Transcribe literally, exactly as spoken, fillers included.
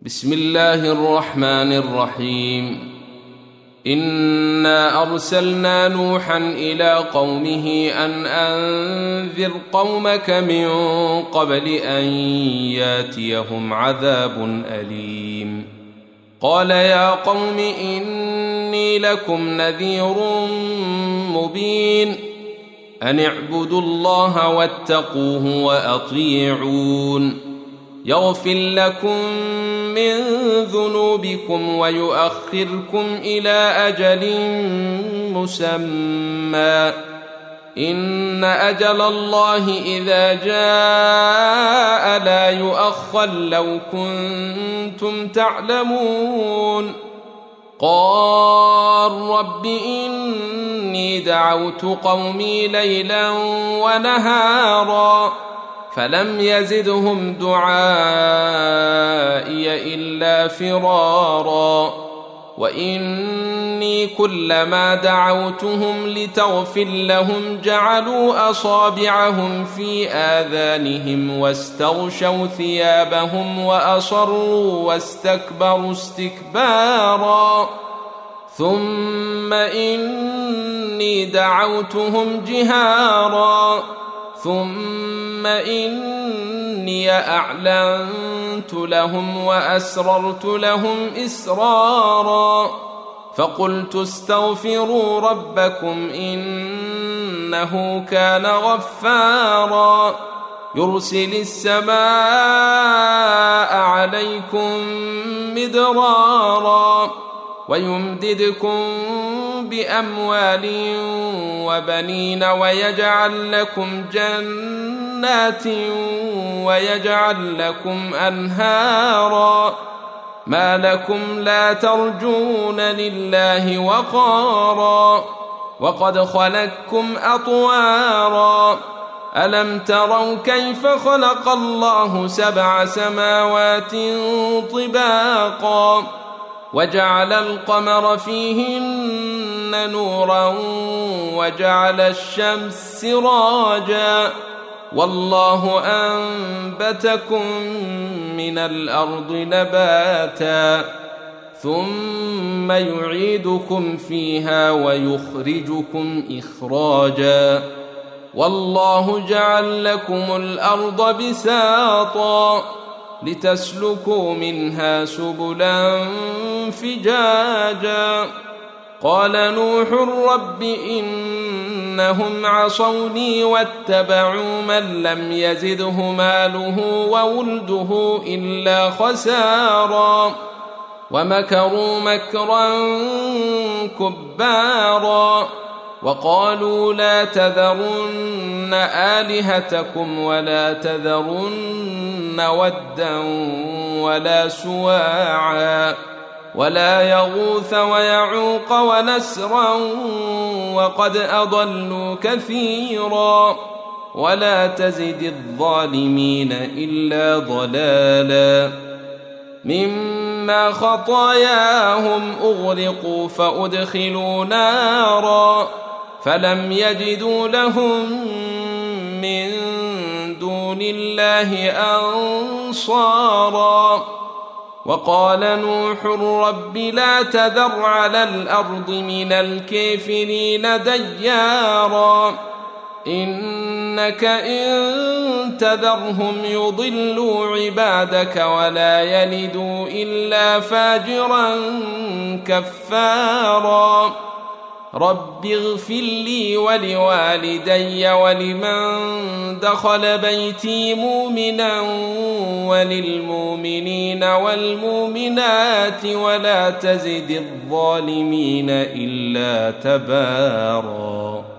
بسم الله الرحمن الرحيم. إنا أرسلنا نوحا إلى قومه أن أنذر قومك من قبل أن ياتيهم عذاب أليم. قال يا قوم إني لكم نذير مبين أن اعبدوا الله واتقوه وأطيعون يغفر لكم من ذنوبكم ويؤخركم إلى أجل مسمى إن أجل الله إذا جاء لا يؤخر لو كنتم تعلمون. قال رب إني دعوت قومي ليلا ونهارا فلم يزدهم دعائي إلا فرارا وإني كلما دعوتهم لتغفر لهم جعلوا أصابعهم في آذانهم واستغشوا ثيابهم وأصروا واستكبروا استكبارا ثم إني دعوتهم جهارا ثم إني أعلنت لهم وأسررت لهم إسرارا فقلت استغفروا ربكم إنه كان غفارا يرسل السماء عليكم مدرارا ويمددكم بأموال وبنين ويجعل لكم جنات ويجعل لكم أنهارا ما لكم لا ترجون لله وقارا وقد خلقكم أطوارا ألم تروا كيف خلق الله سبع سماوات طباقا وجعل القمر فيهن نورا وجعل الشمس سراجا والله أنبتكم من الأرض نباتا ثم يعيدكم فيها ويخرجكم إخراجا والله جعل لكم الأرض بساطا لتسلكوا منها سبلا فجاجا قال نوح رب إنهم عصوني واتبعوا من لم يزده ماله وولده إلا خسارا ومكروا مكرا كبارا وقالوا لا تذرن آلهتكم ولا تذرن ودا ولا سواعا ولا يغوث ويعوق ونسرا وقد أضلوا كثيرا ولا تزد الظالمين إلا ضلالا مما خطاياهم أغرقوا فأدخلوا نارا فلم يجدوا لهم من دون الله أنصارا وقال نوح رب لا تذر على الأرض من الكافرين ديارا إنك إن تذرهم يضلوا عبادك ولا يلدوا إلا فاجرا كفارا رب اغفر لي ولوالدي ولمن دخل بيتي مؤمنا وللمؤمنين والمؤمنات ولا تزد الظالمين إلا تبارا.